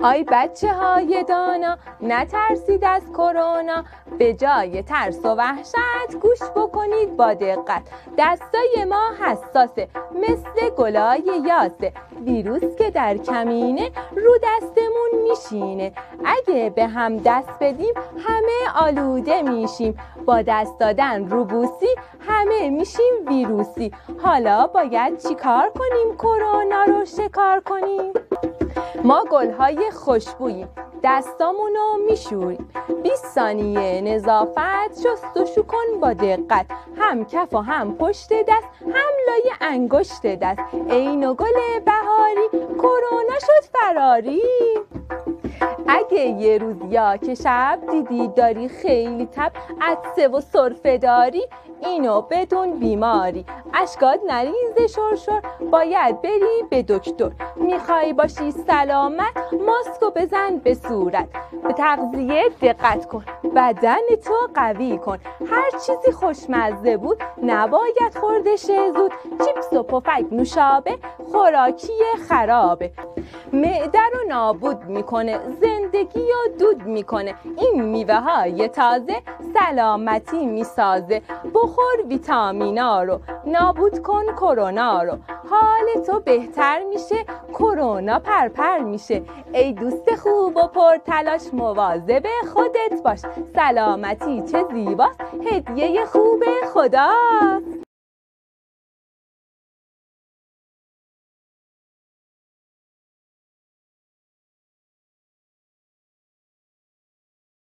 آی بچه های دانا نترسید از کرونا، به جای ترس و وحشت گوش بکنید با دقت. دستای ما حساسه مثل گلای یاسه، ویروس که در کمینه رو دستمون میشینه. اگه به هم دست بدیم همه آلوده میشیم، با دست دادن رو بوسی همه میشیم ویروسی. حالا باید چی کار کنیم کرونا رو شکار کنیم؟ ما گلهای خوشبوییم، دستامونو میشوریم. 20 ثانیه نظافت شستشو کن با دقت، هم کف و هم پشت دست، هم لای انگشت دست. ای نوگل بهاری کرونا شد فراری. اگه یه روز یا که شب دیدی داری خیلی تب، عطسه و سرفه داری، اینو بدون بیماری. اشکات نریزه شرشر، باید بری به دکتر. میخوای باشی سلامت ماسکو بزن به صورت. به تغذیه دقت کن، بدن تو قوی کن. هر چیزی خوشمزه بود نباید خوردشه زود. چیپس و پفک نوشابه خوراکی خرابه، معده رو نابود میکنه، زندگی رو دود میکنه. این میوه های تازه سلامتی میسازه. بخور ویتامینا رو، نابود کن کرونا رو. حال تو بهتر میشه، کرونا پرپر میشه. ای دوست خوب و پر تلاش مواظب خودت باش. سلامتی چه زیباست، هدیه خوب خداست.